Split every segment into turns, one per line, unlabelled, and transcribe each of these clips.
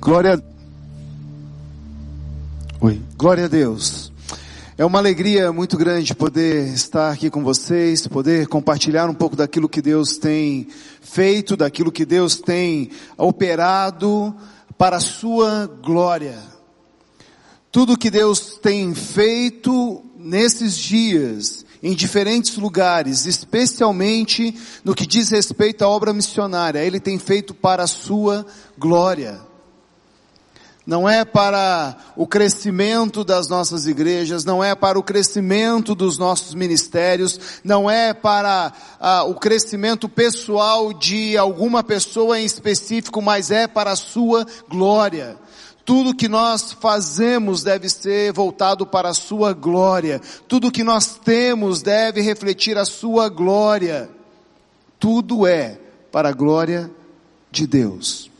Glória a Deus. É uma alegria muito grande poder estar aqui com vocês, poder compartilhar um pouco daquilo que Deus tem feito, daquilo que Deus tem operado para a sua glória. Tudo que Deus tem feito nesses dias, em diferentes lugares, especialmente no que diz respeito à obra missionária, Ele tem feito para a sua glória. Não é para o crescimento das nossas igrejas, não é para o crescimento dos nossos ministérios, não é para o crescimento pessoal de alguma pessoa em específico, mas é para a sua glória. Tudo que nós fazemos deve ser voltado para a sua glória. Tudo que nós temos deve refletir a sua glória. Tudo é para a glória de Deus.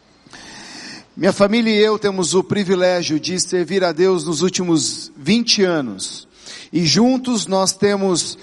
Minha família e eu temos o privilégio de servir a Deus nos últimos 20 anos. E juntos nós temos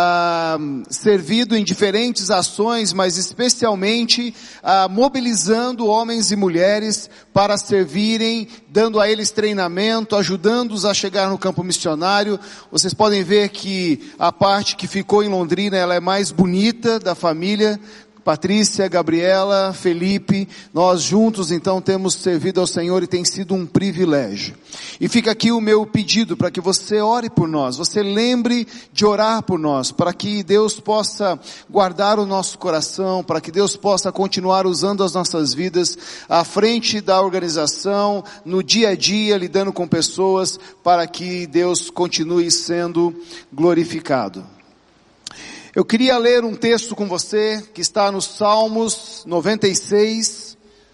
servido em diferentes ações, mas especialmente mobilizando homens e mulheres para servirem, dando a eles treinamento, ajudando-os a chegar no campo missionário. Vocês podem ver que a parte que ficou em Londrina, ela é mais bonita da família. Patrícia, Gabriela, Felipe, nós juntos então temos servido ao Senhor e tem sido um privilégio. E fica aqui o meu pedido para que você ore por nós, você lembre de orar por nós, para que Deus possa guardar o nosso coração, para que Deus possa continuar usando as nossas vidas à frente da organização, no dia a dia, lidando com pessoas, para que Deus continue sendo glorificado. Eu queria ler um texto com você, que está no Salmos 96.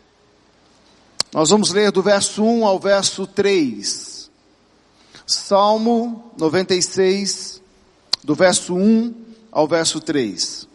Nós vamos ler do verso 1 ao verso 3. Salmo 96, do verso 1 ao verso 3.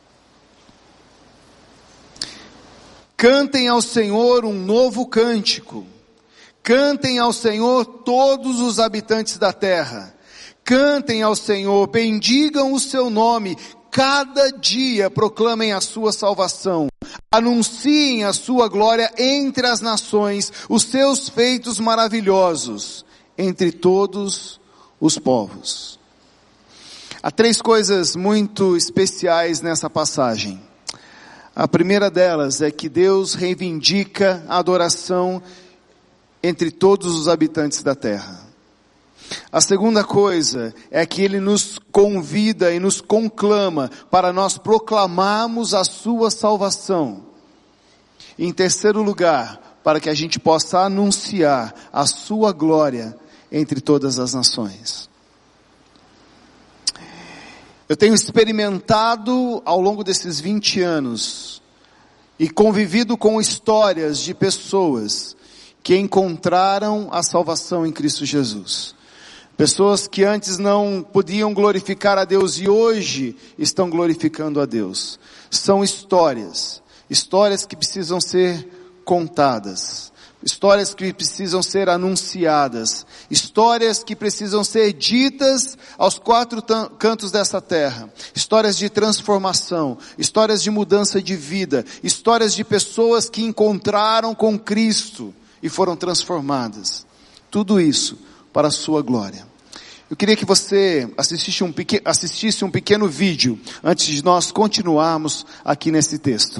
Cantem ao Senhor um novo cântico. Cantem ao Senhor todos os habitantes da terra. Cantem ao Senhor, bendigam o seu nome, cada dia proclamem a sua salvação, anunciem a sua glória entre as nações, os seus feitos maravilhosos entre todos os povos. Há três coisas muito especiais nessa passagem. A primeira delas é que Deus reivindica a adoração entre todos os habitantes da terra. A segunda coisa é que Ele nos convida e nos conclama para nós proclamarmos a sua salvação. E em terceiro lugar, para que a gente possa anunciar a sua glória entre todas as nações. Eu tenho experimentado ao longo desses 20 anos e convivido com histórias de pessoas que encontraram a salvação em Cristo Jesus. Pessoas que antes não podiam glorificar a Deus e hoje estão glorificando a Deus. São histórias que precisam ser contadas, histórias que precisam ser anunciadas, histórias que precisam ser ditas aos quatro cantos dessa terra, histórias de transformação, histórias de mudança de vida, histórias de pessoas que encontraram com Cristo e foram transformadas. Tudo isso para a sua glória. Eu queria que você assistisse um pequeno vídeo antes de nós continuarmos aqui nesse texto.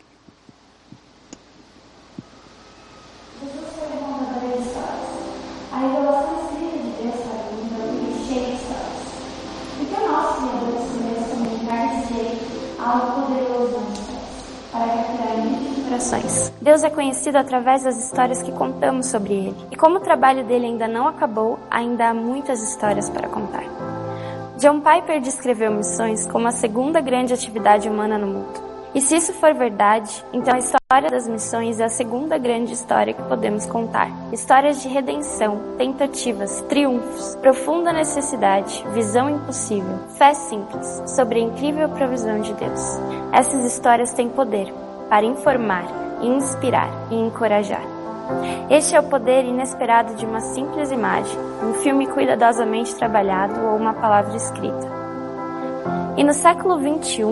Jesus foi um contador de histórias. A revelação escrita de Deus para o mundo é um livro cheio de histórias. E que o nosso Criador escolheu comunicar desse jeito algo poderoso nas histórias, para capturar muitos corações. Deus é conhecido através das histórias que contamos sobre Ele. E como o trabalho dele ainda não acabou, ainda há muitas histórias para contar. John Piper descreveu missões como a segunda grande atividade humana no mundo. E se isso for verdade, então a história das missões é a segunda grande história que podemos contar. Histórias de redenção, tentativas, triunfos, profunda necessidade, visão impossível, fé simples, sobre a incrível provisão de Deus. Essas histórias têm poder para informar, inspirar e encorajar. Este é o poder inesperado de uma simples imagem, um filme cuidadosamente trabalhado ou uma palavra escrita. E no século XXI,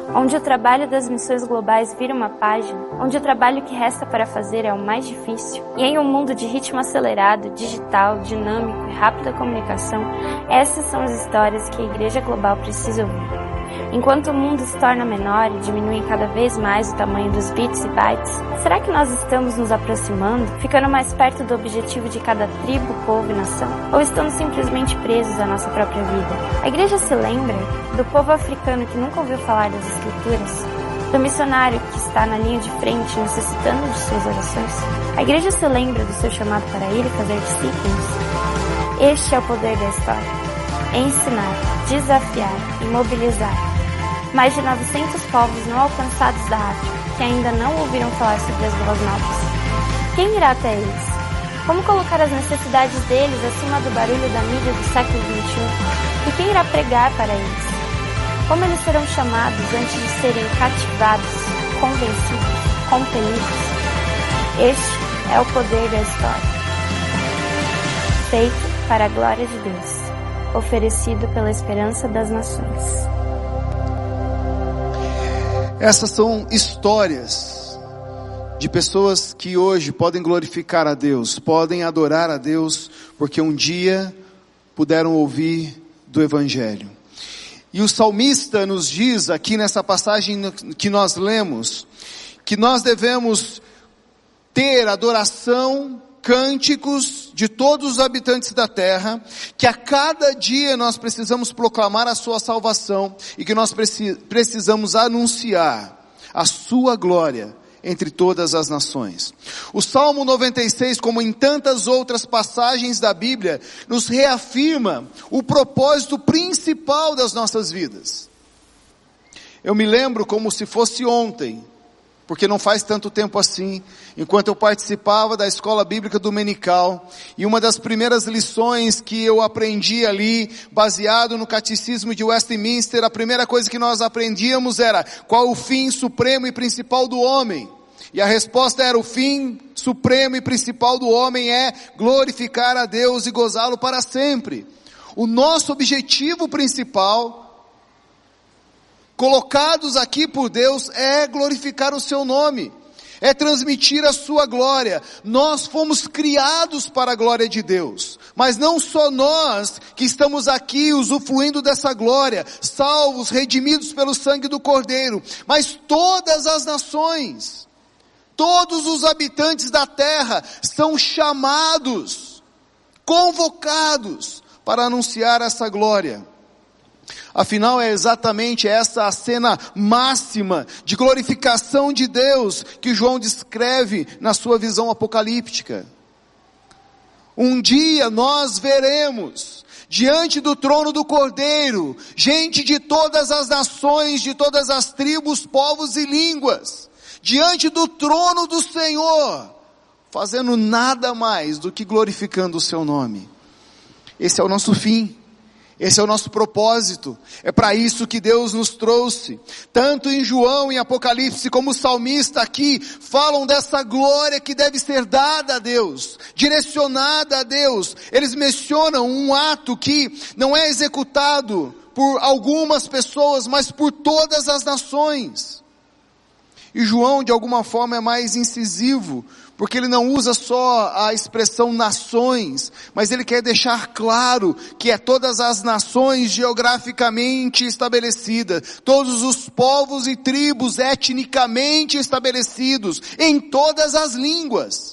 onde o trabalho das missões globais vira uma página, onde o trabalho que resta para fazer é o mais difícil, e em um mundo de ritmo acelerado, digital, dinâmico e rápida comunicação, essas são as histórias que a Igreja Global precisa ouvir. Enquanto o mundo se torna menor e diminui cada vez mais o tamanho dos bits e bytes, será que nós estamos nos aproximando, ficando mais perto do objetivo de cada tribo, povo e nação? Ou estamos simplesmente presos à nossa própria vida? A igreja se lembra do povo africano que nunca ouviu falar das Escrituras? Do missionário que está na linha de frente necessitando de suas orações? A igreja se lembra do seu chamado para ir e fazer discípulos? Este é o poder da história. Ensinar, desafiar e mobilizar. Mais de 900 povos não alcançados da África, que ainda não ouviram falar sobre as boas novas. Quem irá até eles? Como colocar as necessidades deles acima do barulho da mídia do século XXI? E quem irá pregar para eles? Como eles serão chamados antes de serem cativados, convencidos, compelidos? Este é o poder da história. Feito para a glória de Deus, oferecido pela esperança das nações.
Essas são histórias de pessoas que hoje podem glorificar a Deus, podem adorar a Deus, porque um dia puderam ouvir do Evangelho. E o salmista nos diz aqui nessa passagem que nós lemos, que nós devemos ter adoração, cânticos de todos os habitantes da terra, que a cada dia nós precisamos proclamar a sua salvação e que nós precisamos anunciar a sua glória entre todas as nações. O Salmo 96, como em tantas outras passagens da Bíblia, nos reafirma o propósito principal das nossas vidas. Eu me lembro como se fosse ontem, porque não faz tanto tempo assim, enquanto eu participava da escola bíblica dominical, e uma das primeiras lições que eu aprendi ali, baseado no catecismo de Westminster, a primeira coisa que nós aprendíamos era, qual o fim supremo e principal do homem? E a resposta era, o fim supremo e principal do homem é glorificar a Deus e gozá-lo para sempre. O nosso objetivo principal, colocados aqui por Deus, é glorificar o seu nome, é transmitir a sua glória. Nós fomos criados para a glória de Deus, mas não só nós que estamos aqui usufruindo dessa glória, salvos, redimidos pelo sangue do Cordeiro, mas todas as nações, todos os habitantes da terra são chamados, convocados para anunciar essa glória. Afinal, é exatamente essa a cena máxima de glorificação de Deus que João descreve na sua visão apocalíptica. Um dia nós veremos, diante do trono do Cordeiro, gente de todas as nações, de todas as tribos, povos e línguas, diante do trono do Senhor, fazendo nada mais do que glorificando o seu nome. Esse é o nosso fim. Esse é o nosso propósito, é para isso que Deus nos trouxe. Tanto em João, em Apocalipse, como o salmista aqui, falam dessa glória que deve ser dada a Deus, direcionada a Deus. Eles mencionam um ato que não é executado por algumas pessoas, mas por todas as nações. E João, de alguma forma, é mais incisivo, porque ele não usa só a expressão nações, mas ele quer deixar claro que é todas as nações geograficamente estabelecidas, todos os povos e tribos etnicamente estabelecidos, em todas as línguas.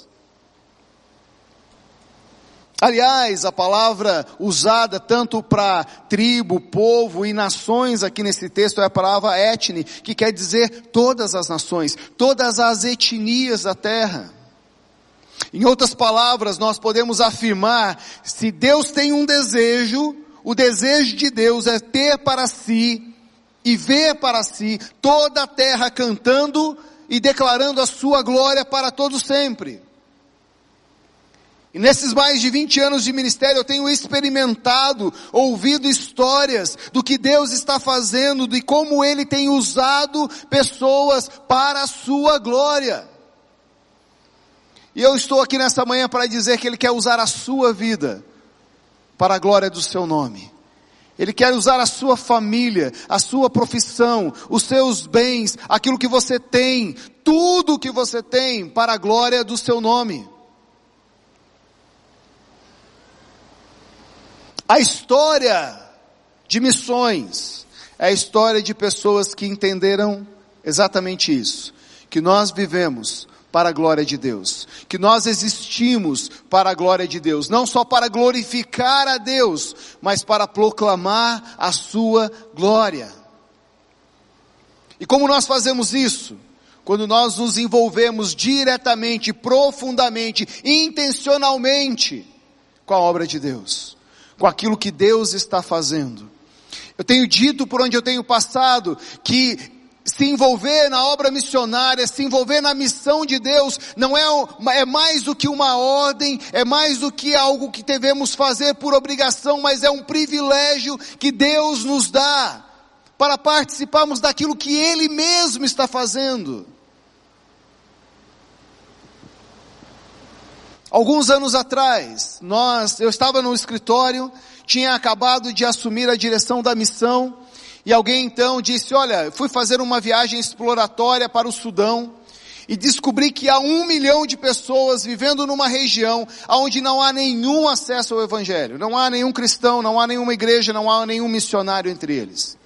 Aliás, a palavra usada tanto para tribo, povo e nações aqui nesse texto é a palavra etne, que quer dizer todas as nações, todas as etnias da terra. Em outras palavras, nós podemos afirmar, se Deus tem um desejo, o desejo de Deus é ter para si e ver para si toda a terra cantando e declarando a sua glória para todo sempre. E nesses mais de 20 anos de ministério eu tenho experimentado, ouvido histórias do que Deus está fazendo, de como Ele tem usado pessoas para a sua glória. E eu estou aqui nessa manhã para dizer que Ele quer usar a sua vida para a glória do seu nome. Ele quer usar a sua família, a sua profissão, os seus bens, aquilo que você tem, tudo que você tem para a glória do seu nome. A história de missões é a história de pessoas que entenderam exatamente isso, que nós vivemos para a glória de Deus, que nós existimos para a glória de Deus, não só para glorificar a Deus, mas para proclamar a sua glória. E como nós fazemos isso? Quando nós nos envolvemos diretamente, profundamente, intencionalmente com a obra de Deus, com aquilo que Deus está fazendo. Eu tenho dito por onde eu tenho passado que se envolver na obra missionária, se envolver na missão de Deus, não é mais do que uma ordem, é mais do que algo que devemos fazer por obrigação, mas é um privilégio que Deus nos dá para participarmos daquilo que Ele mesmo está fazendo. Alguns anos atrás, eu estava no escritório, tinha acabado de assumir a direção da missão, e alguém então disse, olha, fui fazer uma viagem exploratória para o Sudão, e descobri que há 1 milhão de pessoas vivendo numa região onde não há nenhum acesso ao Evangelho, não há nenhum cristão, não há nenhuma igreja, não há nenhum missionário entre eles.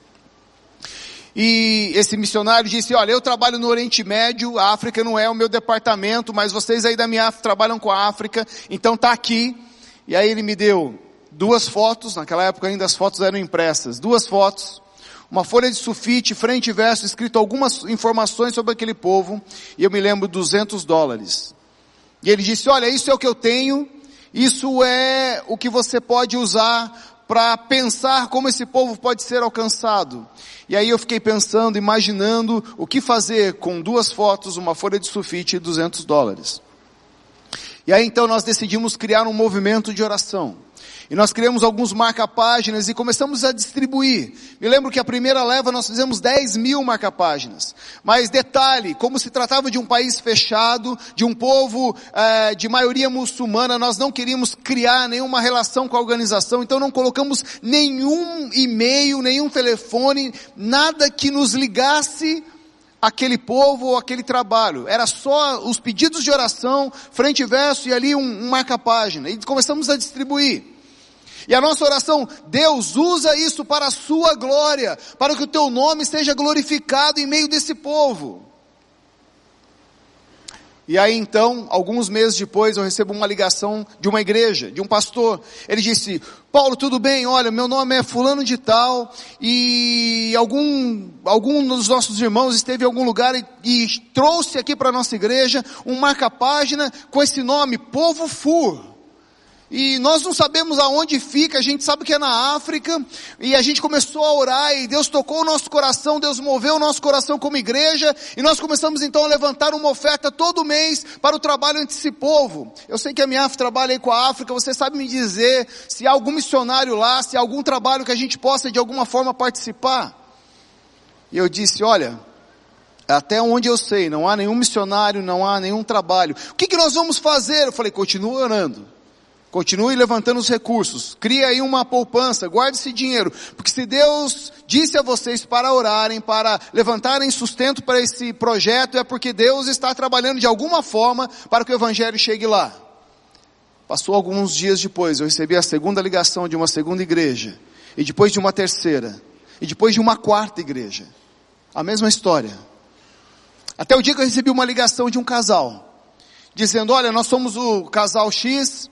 E esse missionário disse, olha, eu trabalho no Oriente Médio, a África não é o meu departamento, mas vocês aí da minha África trabalham com a África, então tá aqui. E aí ele me deu 2 fotos, naquela época ainda as fotos eram impressas, 2 fotos, uma folha de sulfite, frente e verso, escrito algumas informações sobre aquele povo, e eu me lembro $200. E ele disse, olha, isso é o que eu tenho, isso é o que você pode usar para pensar como esse povo pode ser alcançado. E aí eu fiquei pensando, imaginando o que fazer com 2 fotos, uma folha de sulfite e $200. E aí então nós decidimos criar um movimento de oração. E nós criamos alguns marca-páginas e começamos a distribuir. Me lembro que a primeira leva nós fizemos 10.000 marca-páginas. Mas detalhe, como se tratava de um país fechado, de um povo de maioria muçulmana, nós não queríamos criar nenhuma relação com a organização, então não colocamos nenhum e-mail, nenhum telefone, nada que nos ligasse aquele povo ou aquele trabalho. Era só os pedidos de oração, frente e verso e ali um marca-página. E começamos a distribuir. E a nossa oração, Deus, usa isso para a sua glória, para que o teu nome seja glorificado em meio desse povo. E aí então, alguns meses depois, eu recebo uma ligação de uma igreja, de um pastor. Ele disse, Paulo, tudo bem? Olha, meu nome é fulano de tal, e algum dos nossos irmãos esteve em algum lugar e trouxe aqui para a nossa igreja um marca-página com esse nome, Povo Fur. E nós não sabemos aonde fica, a gente sabe que é na África, e a gente começou a orar, e Deus tocou o nosso coração, Deus moveu o nosso coração como igreja, e nós começamos então a levantar uma oferta todo mês para o trabalho entre esse povo. Eu sei que a minha trabalha aí com a África, você sabe me dizer se há algum missionário lá, se há algum trabalho que a gente possa de alguma forma participar? E eu disse, olha, até onde eu sei, não há nenhum missionário, não há nenhum trabalho. O que nós vamos fazer? Eu falei, continue orando. Continue levantando os recursos, crie aí uma poupança, guarde esse dinheiro, porque se Deus disse a vocês para orarem, para levantarem sustento para esse projeto, é porque Deus está trabalhando de alguma forma para que o Evangelho chegue lá. Passou alguns dias depois, eu recebi a segunda ligação de uma segunda igreja, e depois de uma terceira, e depois de uma quarta igreja. A mesma história. Até o dia que eu recebi uma ligação de um casal, dizendo, olha, nós somos o casal X,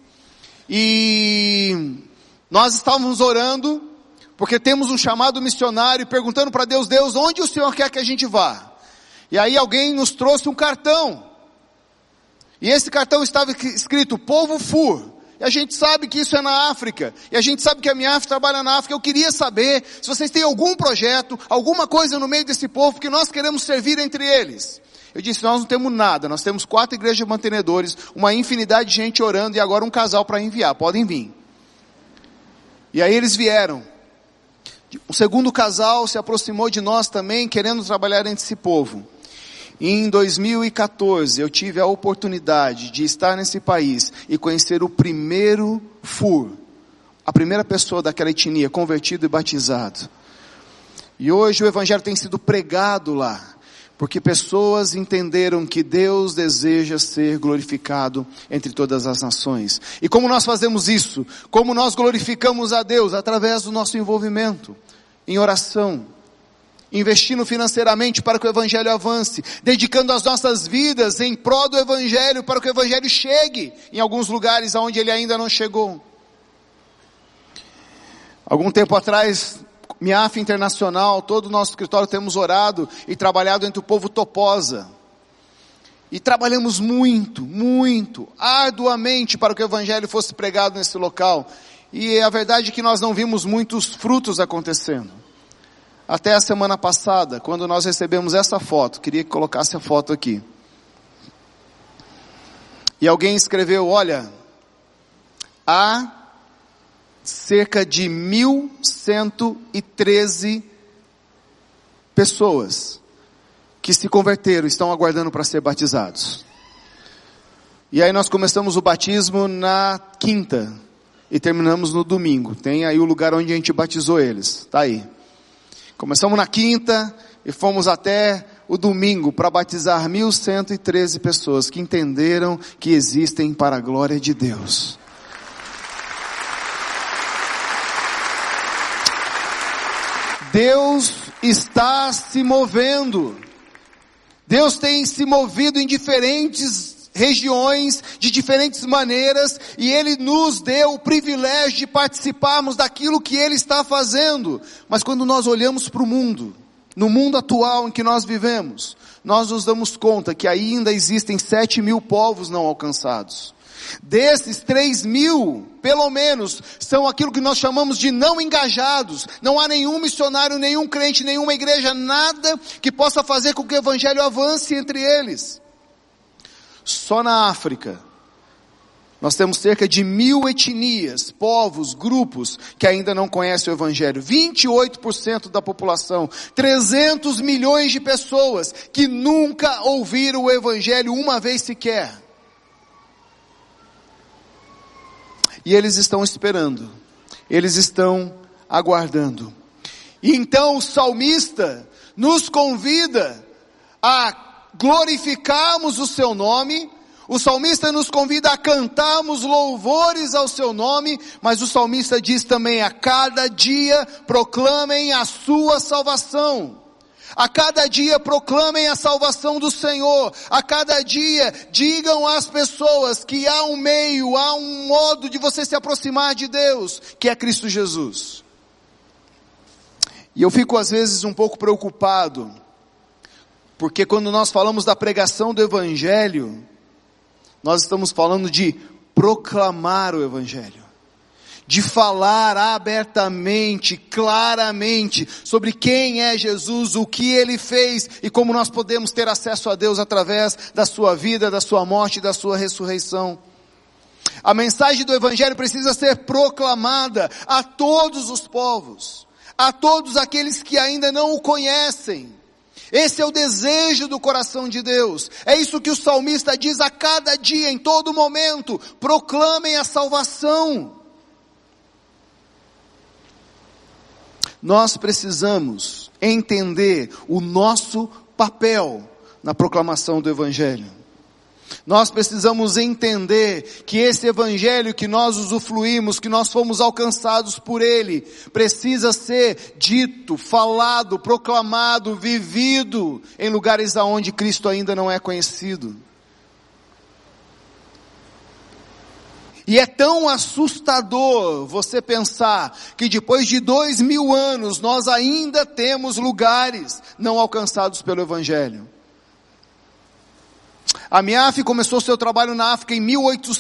e nós estávamos orando, porque temos um chamado missionário, perguntando para Deus, Deus, onde o Senhor quer que a gente vá? E aí alguém nos trouxe um cartão, e esse cartão estava escrito, Povo Fur, e a gente sabe que isso é na África, e a gente sabe que a minha África trabalha na África. Eu queria saber se vocês têm algum projeto, alguma coisa no meio desse povo, porque nós queremos servir entre eles. Eu disse, nós não temos nada, nós temos 4 igrejas mantenedores, uma infinidade de gente orando e agora um casal para enviar, podem vir. E aí eles vieram. O segundo casal se aproximou de nós também, querendo trabalhar entre esse povo. E em 2014 eu tive a oportunidade de estar nesse país e conhecer o primeiro FUR, a primeira pessoa daquela etnia convertido e batizado. E hoje o evangelho tem sido pregado lá, porque pessoas entenderam que Deus deseja ser glorificado entre todas as nações. E como nós fazemos isso? Como nós glorificamos a Deus? Através do nosso envolvimento em oração, investindo financeiramente para que o evangelho avance, dedicando as nossas vidas em prol do evangelho, para que o evangelho chegue em alguns lugares onde ele ainda não chegou. Algum tempo atrás, MIAF Internacional, todo o nosso escritório temos orado e trabalhado entre o povo Toposa. E trabalhamos muito, arduamente para que o evangelho fosse pregado nesse local. E a verdade é que nós não vimos muitos frutos acontecendo. Até a semana passada, quando nós recebemos essa foto, queria que colocasse a foto aqui. E alguém escreveu, olha, há cerca de 1.113 pessoas que se converteram, estão aguardando para ser batizados. E aí nós começamos o batismo na quinta e terminamos no domingo. Tem aí o lugar onde a gente batizou eles, tá aí. Começamos na quinta e fomos até o domingo para batizar 1.113 pessoas que entenderam que existem para a glória de Deus. Deus está se movendo. Deus tem se movido em diferentes regiões, de diferentes maneiras, e Ele nos deu o privilégio de participarmos daquilo que Ele está fazendo. Mas quando nós olhamos para o mundo, no mundo atual em que nós vivemos, nós nos damos conta que ainda existem 7.000 povos não alcançados. Desses 3.000, pelo menos, são aquilo que nós chamamos de não engajados. Não há nenhum missionário, nenhum crente, nenhuma igreja, nada que possa fazer com que o evangelho avance entre eles. Só na África, nós temos cerca de 1.000 etnias, povos, grupos, que ainda não conhecem o evangelho. 28% da população, 300 milhões de pessoas, que nunca ouviram o evangelho uma vez sequer. E eles estão esperando, eles estão aguardando. E então o salmista nos convida a glorificarmos o seu nome. O salmista nos convida a cantarmos louvores ao seu nome, mas o salmista diz também: a cada dia proclamem a sua salvação. A cada dia proclamem a salvação do Senhor. A cada dia digam às pessoas que há um meio, há um modo de você se aproximar de Deus, que é Cristo Jesus. E eu fico às vezes um pouco preocupado, porque quando nós falamos da pregação do Evangelho, nós estamos falando de proclamar o Evangelho, de falar abertamente, claramente, sobre quem é Jesus, o que Ele fez, e como nós podemos ter acesso a Deus através da sua vida, da sua morte e da sua ressurreição. A mensagem do Evangelho precisa ser proclamada a todos os povos, a todos aqueles que ainda não o conhecem. Esse é o desejo do coração de Deus. É isso que o salmista diz: a cada dia, em todo momento, proclamem a salvação. Nós precisamos entender o nosso papel na proclamação do Evangelho. Nós precisamos entender que esse Evangelho que nós usufruímos, que nós fomos alcançados por Ele, precisa ser dito, falado, proclamado, vivido em lugares aonde Cristo ainda não é conhecido. E é tão assustador você pensar que depois de 2000 anos nós ainda temos lugares não alcançados pelo Evangelho. A MIAF começou seu trabalho na África em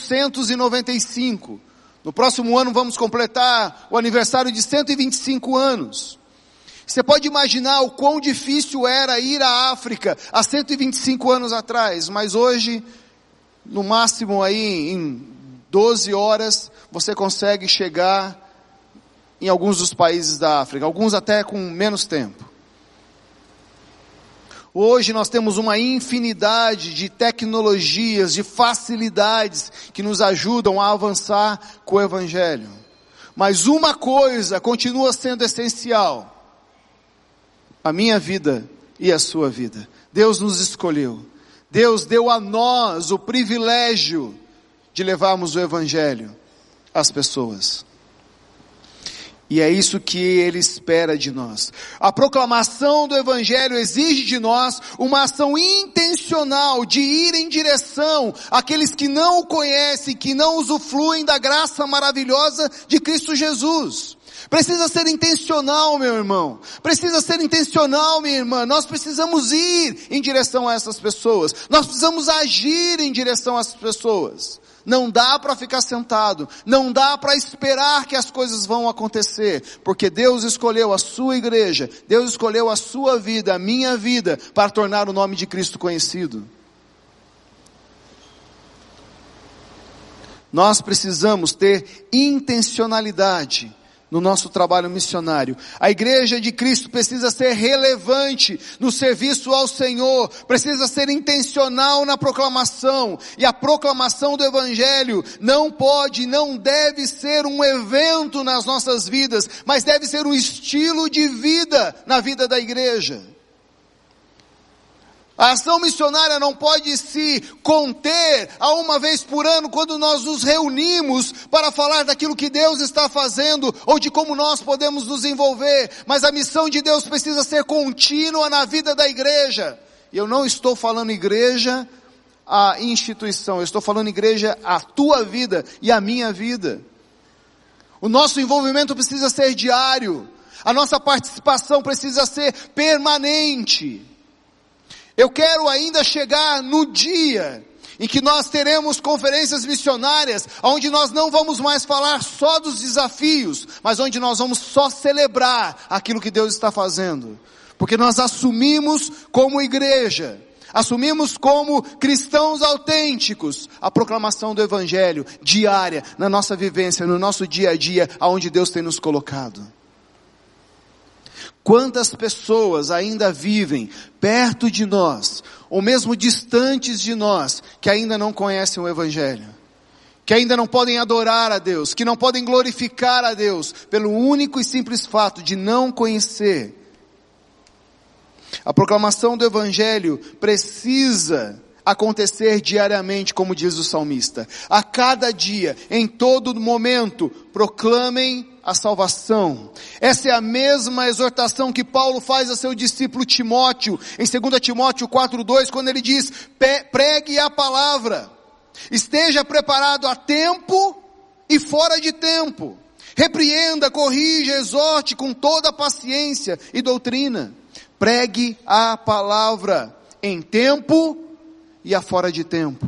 1895. No próximo ano vamos completar o aniversário de 125 anos. Você pode imaginar o quão difícil era ir à África há 125 anos atrás, mas hoje, no máximo aí em 12 horas, você consegue chegar em alguns dos países da África, alguns até com menos tempo. Hoje nós temos uma infinidade de tecnologias, de facilidades que nos ajudam a avançar com o Evangelho. Mas uma coisa continua sendo essencial: a minha vida e a sua vida. Deus nos escolheu. Deus deu a nós o privilégio de levarmos o Evangelho às pessoas. E é isso que Ele espera de nós. A proclamação do Evangelho exige de nós uma ação intencional de ir em direção àqueles que não o conhecem, que não usufruem da graça maravilhosa de Cristo Jesus. Precisa ser intencional, meu irmão. Precisa ser intencional, minha irmã. Nós precisamos ir em direção a essas pessoas. Nós precisamos agir em direção a essas pessoas. Não dá para ficar sentado. Não dá para esperar que as coisas vão acontecer. Porque Deus escolheu a sua igreja. Deus escolheu a sua vida, a minha vida, para tornar o nome de Cristo conhecido. Nós precisamos ter intencionalidade no nosso trabalho missionário. A igreja de Cristo precisa ser relevante no serviço ao Senhor, precisa ser intencional na proclamação, e a proclamação do Evangelho não pode, não deve ser um evento nas nossas vidas, mas deve ser um estilo de vida na vida da igreja. A ação missionária não pode se conter a uma vez por ano, quando nós nos reunimos para falar daquilo que Deus está fazendo, ou de como nós podemos nos envolver, mas a missão de Deus precisa ser contínua na vida da igreja. E eu não estou falando igreja, a instituição, eu estou falando igreja, a tua vida e a minha vida. O nosso envolvimento precisa ser diário, a nossa participação precisa ser permanente. Eu quero ainda chegar no dia em que nós teremos conferências missionárias, onde nós não vamos mais falar só dos desafios, mas onde nós vamos só celebrar aquilo que Deus está fazendo. Porque nós assumimos como igreja, assumimos como cristãos autênticos, a proclamação do Evangelho diária, na nossa vivência, no nosso dia a dia, aonde Deus tem nos colocado. Quantas pessoas ainda vivem perto de nós, ou mesmo distantes de nós, que ainda não conhecem o Evangelho, que ainda não podem adorar a Deus, que não podem glorificar a Deus, pelo único e simples fato de não conhecer. A proclamação do Evangelho precisa acontecer diariamente, como diz o salmista. A cada dia, em todo momento, proclamem a salvação. Essa é a mesma exortação que Paulo faz a seu discípulo Timóteo, em 2 Timóteo 4:2, quando ele diz: pregue a palavra, esteja preparado a tempo e fora de tempo, repreenda, corrija, exorte com toda paciência e doutrina. Pregue a palavra em tempo e a fora de tempo.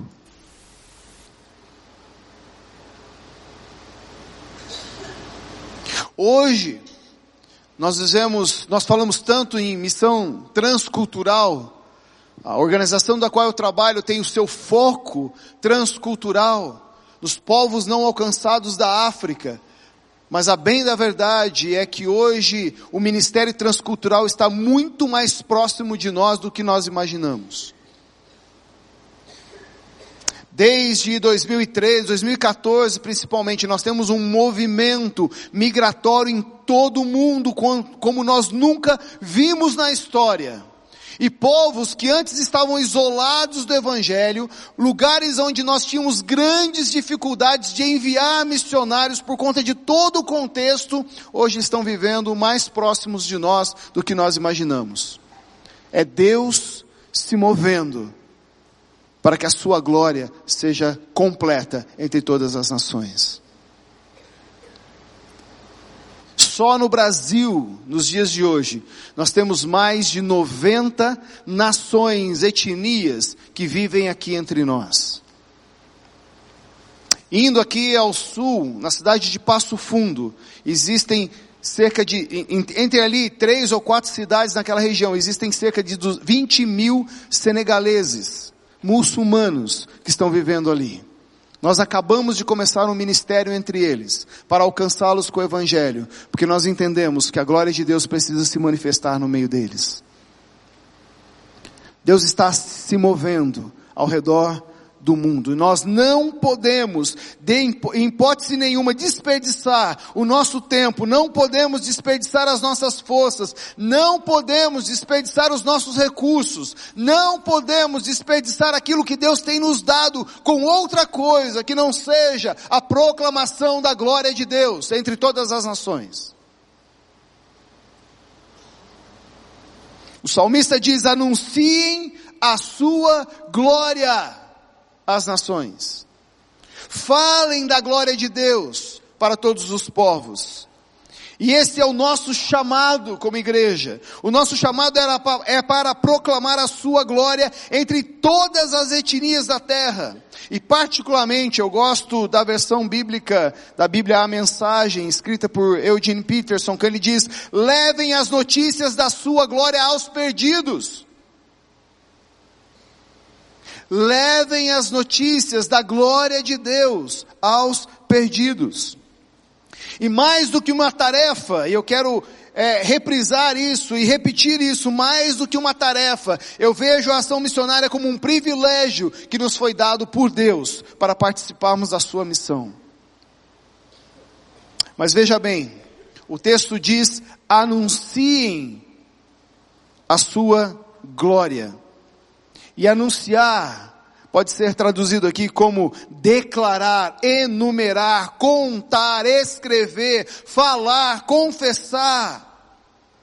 Hoje, nós falamos tanto em missão transcultural. A organização da qual eu trabalho tem o seu foco transcultural, nos povos não alcançados da África. Mas a bem da verdade é que hoje o ministério transcultural está muito mais próximo de nós do que nós imaginamos. Desde 2013, 2014 principalmente, nós temos um movimento migratório em todo o mundo, como nós nunca vimos na história. E povos que antes estavam isolados do Evangelho, lugares onde nós tínhamos grandes dificuldades de enviar missionários por conta de todo o contexto, hoje estão vivendo mais próximos de nós do que nós imaginamos. É Deus se movendo para que a sua glória seja completa entre todas as nações. Só no Brasil, nos dias de hoje, nós temos mais de 90 nações, etnias, que vivem aqui entre nós. Indo aqui ao sul, na cidade de Passo Fundo, existem cerca de, entre ali 3 ou 4 cidades naquela região, existem cerca de 20 mil senegaleses, muçulmanos, que estão vivendo ali. Nós acabamos de começar um ministério entre eles, para alcançá-los com o Evangelho, porque nós entendemos que a glória de Deus precisa se manifestar no meio deles. Deus está se movendo ao redor do mundo. Nós não podemos, em hipótese nenhuma, desperdiçar o nosso tempo, não podemos desperdiçar as nossas forças, não podemos desperdiçar os nossos recursos, não podemos desperdiçar aquilo que Deus tem nos dado com outra coisa que não seja a proclamação da glória de Deus entre todas as nações. O salmista diz: anunciem a sua glória às nações. Falem da glória de Deus para todos os povos. E esse é o nosso chamado como igreja. O nosso chamado é para proclamar a sua glória entre todas as etnias da terra. E particularmente eu gosto da versão bíblica da Bíblia A Mensagem, escrita por Eugene Peterson, que ele diz: levem as notícias da sua glória aos perdidos. Levem as notícias da glória de Deus aos perdidos. E mais do que uma tarefa, e eu quero reprisar isso e repetir isso, mais do que uma tarefa, eu vejo a ação missionária como um privilégio que nos foi dado por Deus para participarmos da sua missão. Mas veja bem, o texto diz: anunciem a sua glória. E anunciar pode ser traduzido aqui como declarar, enumerar, contar, escrever, falar, confessar.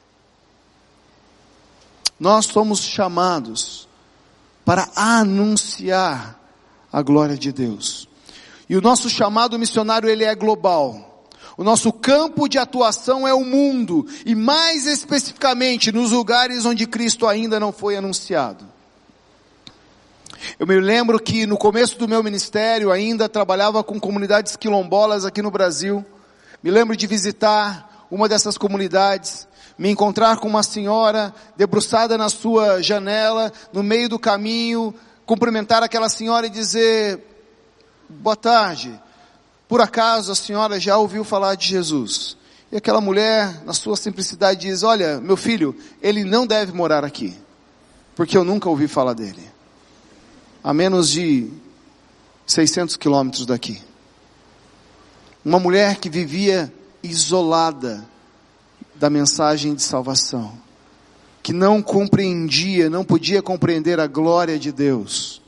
Nós somos chamados para anunciar a glória de Deus. E o nosso chamado missionário, ele é global. O nosso campo de atuação é o mundo, e mais especificamente nos lugares onde Cristo ainda não foi anunciado. Eu me lembro que no começo do meu ministério ainda trabalhava com comunidades quilombolas aqui no Brasil. Me lembro de visitar uma dessas comunidades, me encontrar com uma senhora debruçada na sua janela, no meio do caminho, cumprimentar aquela senhora e dizer: boa tarde, por acaso a senhora já ouviu falar de Jesus? E aquela mulher, na sua simplicidade, diz: olha, meu filho, ele não deve morar aqui, porque eu nunca ouvi falar dele. A menos de 600 quilômetros daqui. Uma mulher que vivia isolada da mensagem de salvação, que não compreendia, não podia compreender a glória de Deus.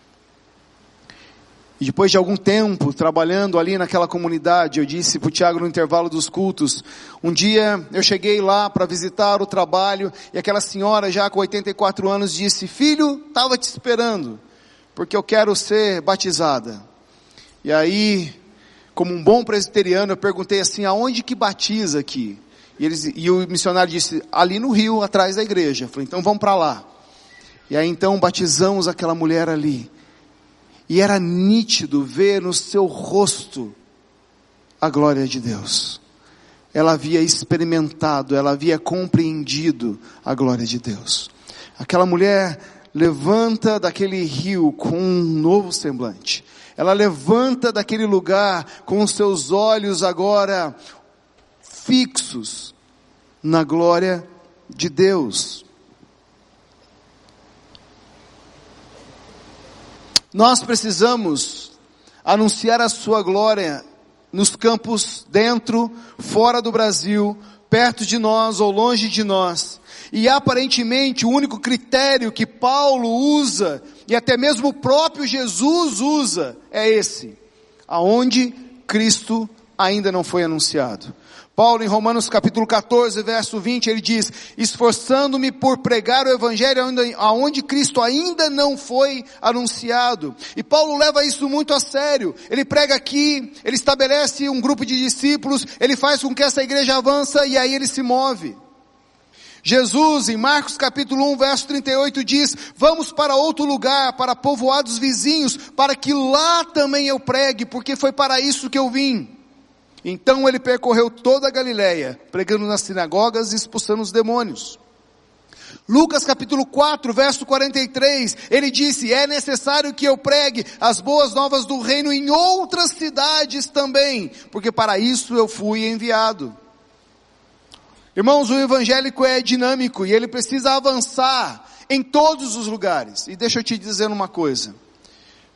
E depois de algum tempo trabalhando ali naquela comunidade, eu disse para o Tiago no intervalo dos cultos, um dia eu cheguei lá para visitar o trabalho, e aquela senhora já com 84 anos disse: filho, estava te esperando, porque eu quero ser batizada. E aí, como um bom presbiteriano, eu perguntei assim: aonde que batiza aqui? E o missionário disse: ali no rio, atrás da igreja. Eu falei: então vamos para lá. E aí então batizamos aquela mulher ali. E era nítido ver no seu rosto a glória de Deus. Ela havia experimentado, ela havia compreendido a glória de Deus. Aquela mulher levanta daquele rio com um novo semblante. Ela levanta daquele lugar com os seus olhos agora fixos na glória de Deus. Nós precisamos anunciar a sua glória nos campos dentro, fora do Brasil, perto de nós ou longe de nós. E aparentemente o único critério que Paulo usa, e até mesmo o próprio Jesus usa, é esse: aonde Cristo ainda não foi anunciado. Paulo, em Romanos capítulo 14, verso 20, ele diz: esforçando-me por pregar o evangelho aonde Cristo ainda não foi anunciado. E Paulo leva isso muito a sério. Ele prega aqui, ele estabelece um grupo de discípulos, ele faz com que essa igreja avança, e aí ele se move. Jesus, em Marcos capítulo 1, verso 38, diz: vamos para outro lugar, para povoados vizinhos, para que lá também eu pregue, porque foi para isso que eu vim. Então ele percorreu toda a Galileia, pregando nas sinagogas e expulsando os demônios. Lucas capítulo 4, verso 43, ele disse: é necessário que eu pregue as boas novas do reino em outras cidades também, porque para isso eu fui enviado. Irmãos, o evangélico é dinâmico e ele precisa avançar em todos os lugares. E deixa eu te dizer uma coisa: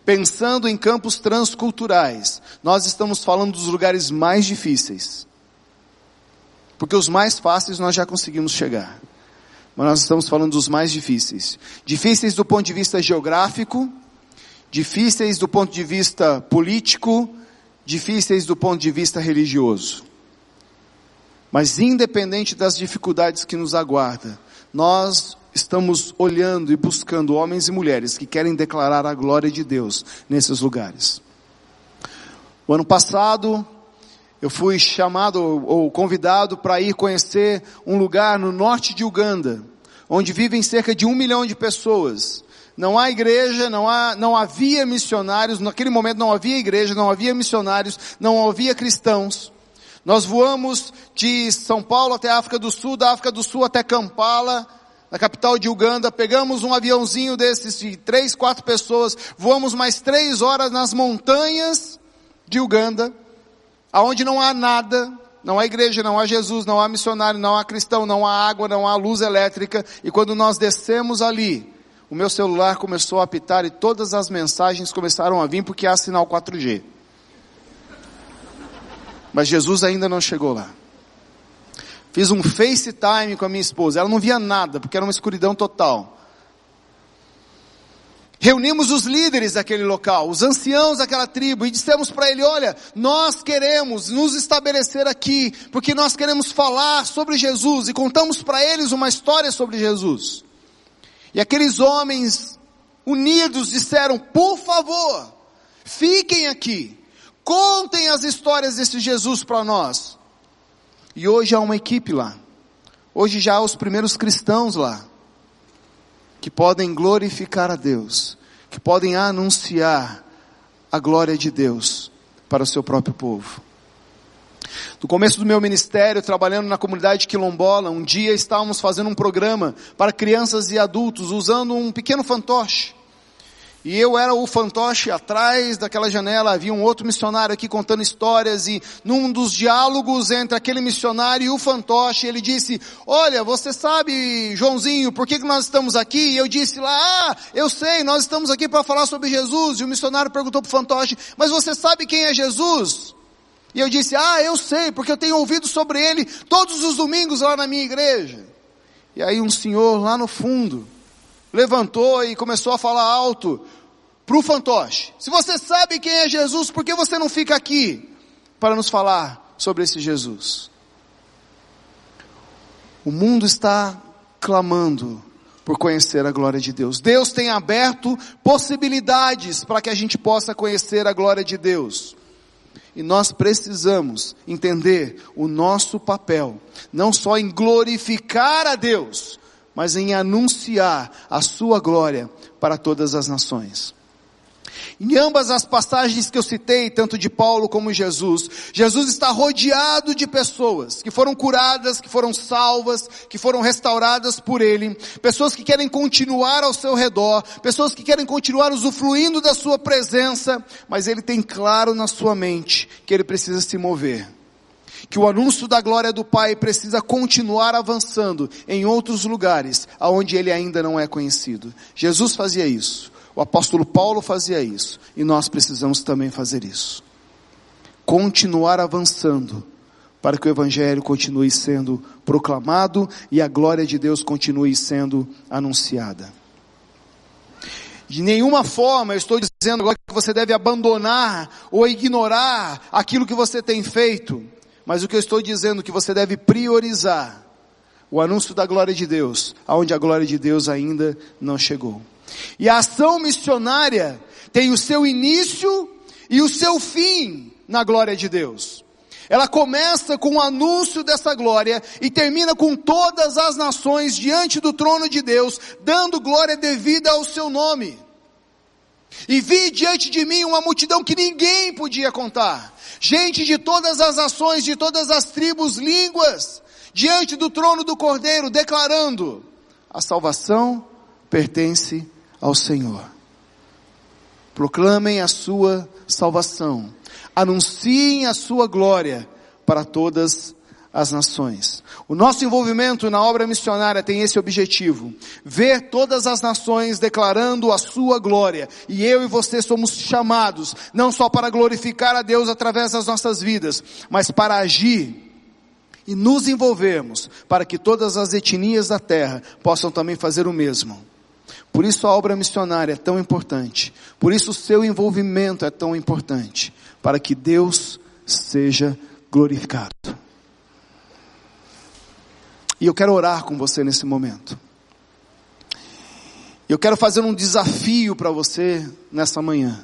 pensando em campos transculturais, nós estamos falando dos lugares mais difíceis. Porque os mais fáceis nós já conseguimos chegar. Mas nós estamos falando dos mais difíceis. Difíceis do ponto de vista geográfico, difíceis do ponto de vista político, difíceis do ponto de vista religioso. Mas independente das dificuldades que nos aguardam, nós estamos olhando e buscando homens e mulheres que querem declarar a glória de Deus nesses lugares. O ano passado, eu fui chamado ou convidado para ir conhecer um lugar no norte de Uganda, onde vivem cerca de 1 milhão de pessoas. Não há igreja, não havia missionários, naquele momento não havia igreja, não havia missionários, não havia cristãos. Nós voamos de São Paulo até a África do Sul, da África do Sul até Kampala, na capital de Uganda, pegamos um aviãozinho desses de 3, 4 pessoas, voamos mais 3 horas nas montanhas de Uganda, aonde não há nada, não há igreja, não há Jesus, não há missionário, não há cristão, não há água, não há luz elétrica, e quando nós descemos ali, o meu celular começou a apitar e todas as mensagens começaram a vir porque há sinal 4G. Mas Jesus ainda não chegou lá. Fiz um FaceTime com a minha esposa, ela não via nada, porque era uma escuridão total. Reunimos os líderes daquele local, os anciãos daquela tribo, e dissemos para ele, olha, nós queremos nos estabelecer aqui, porque nós queremos falar sobre Jesus, e contamos para eles uma história sobre Jesus. E aqueles homens unidos disseram, por favor, fiquem aqui, contem as histórias desse Jesus para nós. E hoje há uma equipe lá. Hoje já há os primeiros cristãos lá. Que podem glorificar a Deus. Que podem anunciar a glória de Deus para o seu próprio povo. No começo do meu ministério, trabalhando na comunidade quilombola, um dia estávamos fazendo um programa para crianças e adultos, usando um pequeno fantoche. E eu era o fantoche, atrás daquela janela havia um outro missionário aqui contando histórias, e num dos diálogos entre aquele missionário e o fantoche, ele disse, olha, você sabe, Joãozinho, por que nós estamos aqui? E eu disse lá, eu sei, nós estamos aqui para falar sobre Jesus. E o missionário perguntou para o fantoche, mas você sabe quem é Jesus? E eu disse, eu sei, porque eu tenho ouvido sobre ele todos os domingos lá na minha igreja. E aí um senhor lá no fundo levantou e começou a falar alto para o fantoche, se você sabe quem é Jesus, por que você não fica aqui para nos falar sobre esse Jesus? O mundo está clamando por conhecer a glória de Deus. Deus tem aberto possibilidades para que a gente possa conhecer a glória de Deus. E nós precisamos entender o nosso papel, não só em glorificar a Deus, mas em anunciar a sua glória para todas as nações. Em ambas as passagens que eu citei, tanto de Paulo como Jesus, Jesus está rodeado de pessoas que foram curadas, que foram salvas, que foram restauradas por Ele, pessoas que querem continuar ao seu redor, pessoas que querem continuar usufruindo da sua presença, mas Ele tem claro na sua mente que Ele precisa se mover. Que o anúncio da glória do Pai precisa continuar avançando em outros lugares, aonde Ele ainda não é conhecido. Jesus fazia isso, o apóstolo Paulo fazia isso, e nós precisamos também fazer isso. Continuar avançando, para que o Evangelho continue sendo proclamado, e a glória de Deus continue sendo anunciada. De nenhuma forma eu estou dizendo agora que você deve abandonar, ou ignorar aquilo que você tem feito, mas o que eu estou dizendo é que você deve priorizar o anúncio da glória de Deus, aonde a glória de Deus ainda não chegou. E a ação missionária tem o seu início e o seu fim na glória de Deus. Ela começa com o anúncio dessa glória e termina com todas as nações diante do trono de Deus, dando glória devida ao seu nome. E vi diante de mim uma multidão que ninguém podia contar. Gente de todas as nações, de todas as tribos, línguas, diante do trono do Cordeiro, declarando: a salvação pertence ao Senhor. Proclamem a sua salvação. Anunciem a sua glória para todas as nações. O nosso envolvimento na obra missionária tem esse objetivo: ver todas as nações declarando a sua glória. E eu e você somos chamados, não só para glorificar a Deus através das nossas vidas, mas para agir e nos envolvermos, para que todas as etnias da terra possam também fazer o mesmo. Por isso a obra missionária é tão importante, por isso o seu envolvimento é tão importante, para que Deus seja glorificado. E eu quero orar com você nesse momento. Eu quero fazer um desafio para você nessa manhã.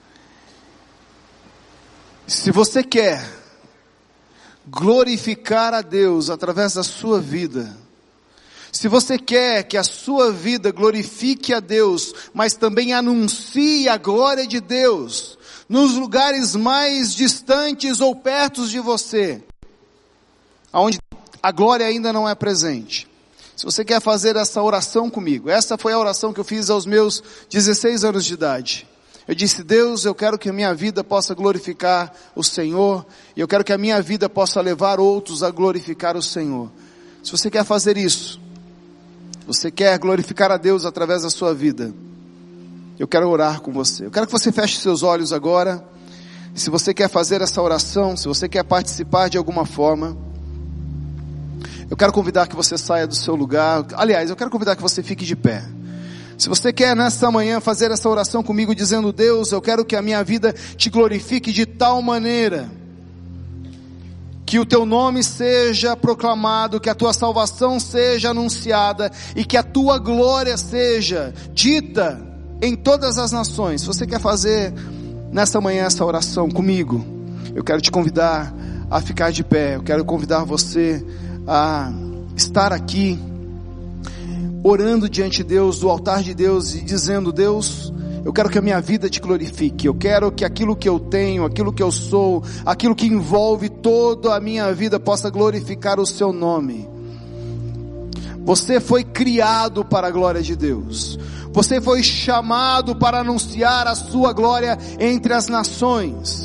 Se você quer glorificar a Deus através da sua vida, se você quer que a sua vida glorifique a Deus, mas também anuncie a glória de Deus nos lugares mais distantes ou perto de você, aonde a glória ainda não é presente. Se você quer fazer essa oração comigo, essa foi a oração que eu fiz aos meus 16 anos de idade. Eu disse: Deus, eu quero que a minha vida possa glorificar o Senhor, e eu quero que a minha vida possa levar outros a glorificar o Senhor. Se você quer fazer isso, você quer glorificar a Deus através da sua vida, eu quero orar com você. Eu quero que você feche seus olhos agora. Se você quer fazer essa oração, se você quer participar de alguma forma, eu quero convidar que você saia do seu lugar. Aliás, eu quero convidar que você fique de pé. Se você quer nesta manhã fazer essa oração comigo dizendo: Deus, eu quero que a minha vida te glorifique de tal maneira que o teu nome seja proclamado, que a tua salvação seja anunciada e que a tua glória seja dita em todas as nações. Se você quer fazer nesta manhã essa oração comigo, eu quero te convidar a ficar de pé. Eu quero convidar você a estar aqui orando diante de Deus, do altar de Deus, e dizendo: Deus, eu quero que a minha vida te glorifique. Eu quero que aquilo que eu tenho, aquilo que eu sou, aquilo que envolve toda a minha vida possa glorificar o seu nome. Você foi criado para a glória de Deus. Você foi chamado para anunciar a sua glória entre as nações.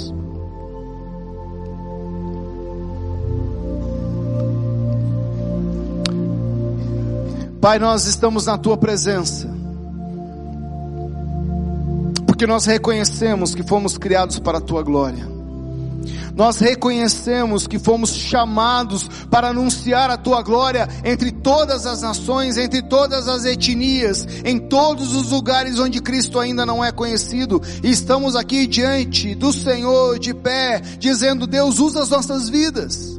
Pai, nós estamos na tua presença, porque nós reconhecemos que fomos criados para a tua glória. Nós reconhecemos que fomos chamados para anunciar a tua glória entre todas as nações, entre todas as etnias, em todos os lugares onde Cristo ainda não é conhecido. E estamos aqui diante do Senhor de pé, dizendo: Deus, usa as nossas vidas.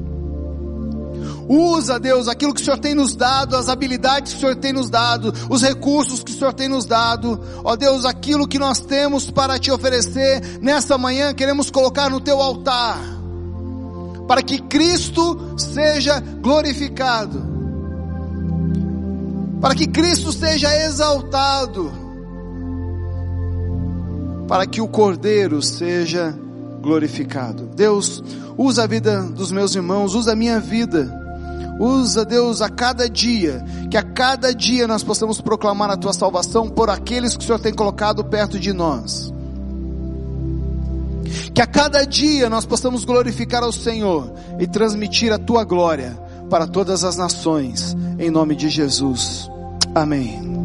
Usa, Deus, aquilo que o Senhor tem nos dado, as habilidades que o Senhor tem nos dado, os recursos que o Senhor tem nos dado. Ó Deus, aquilo que nós temos para te oferecer nessa manhã, queremos colocar no teu altar, para que Cristo seja glorificado, para que Cristo seja exaltado, para que o Cordeiro seja glorificado. Deus, usa a vida dos meus irmãos, usa a minha vida. Usa, Deus, a cada dia, que a cada dia nós possamos proclamar a tua salvação por aqueles que o Senhor tem colocado perto de nós. Que a cada dia nós possamos glorificar ao Senhor e transmitir a tua glória para todas as nações, em nome de Jesus. Amém.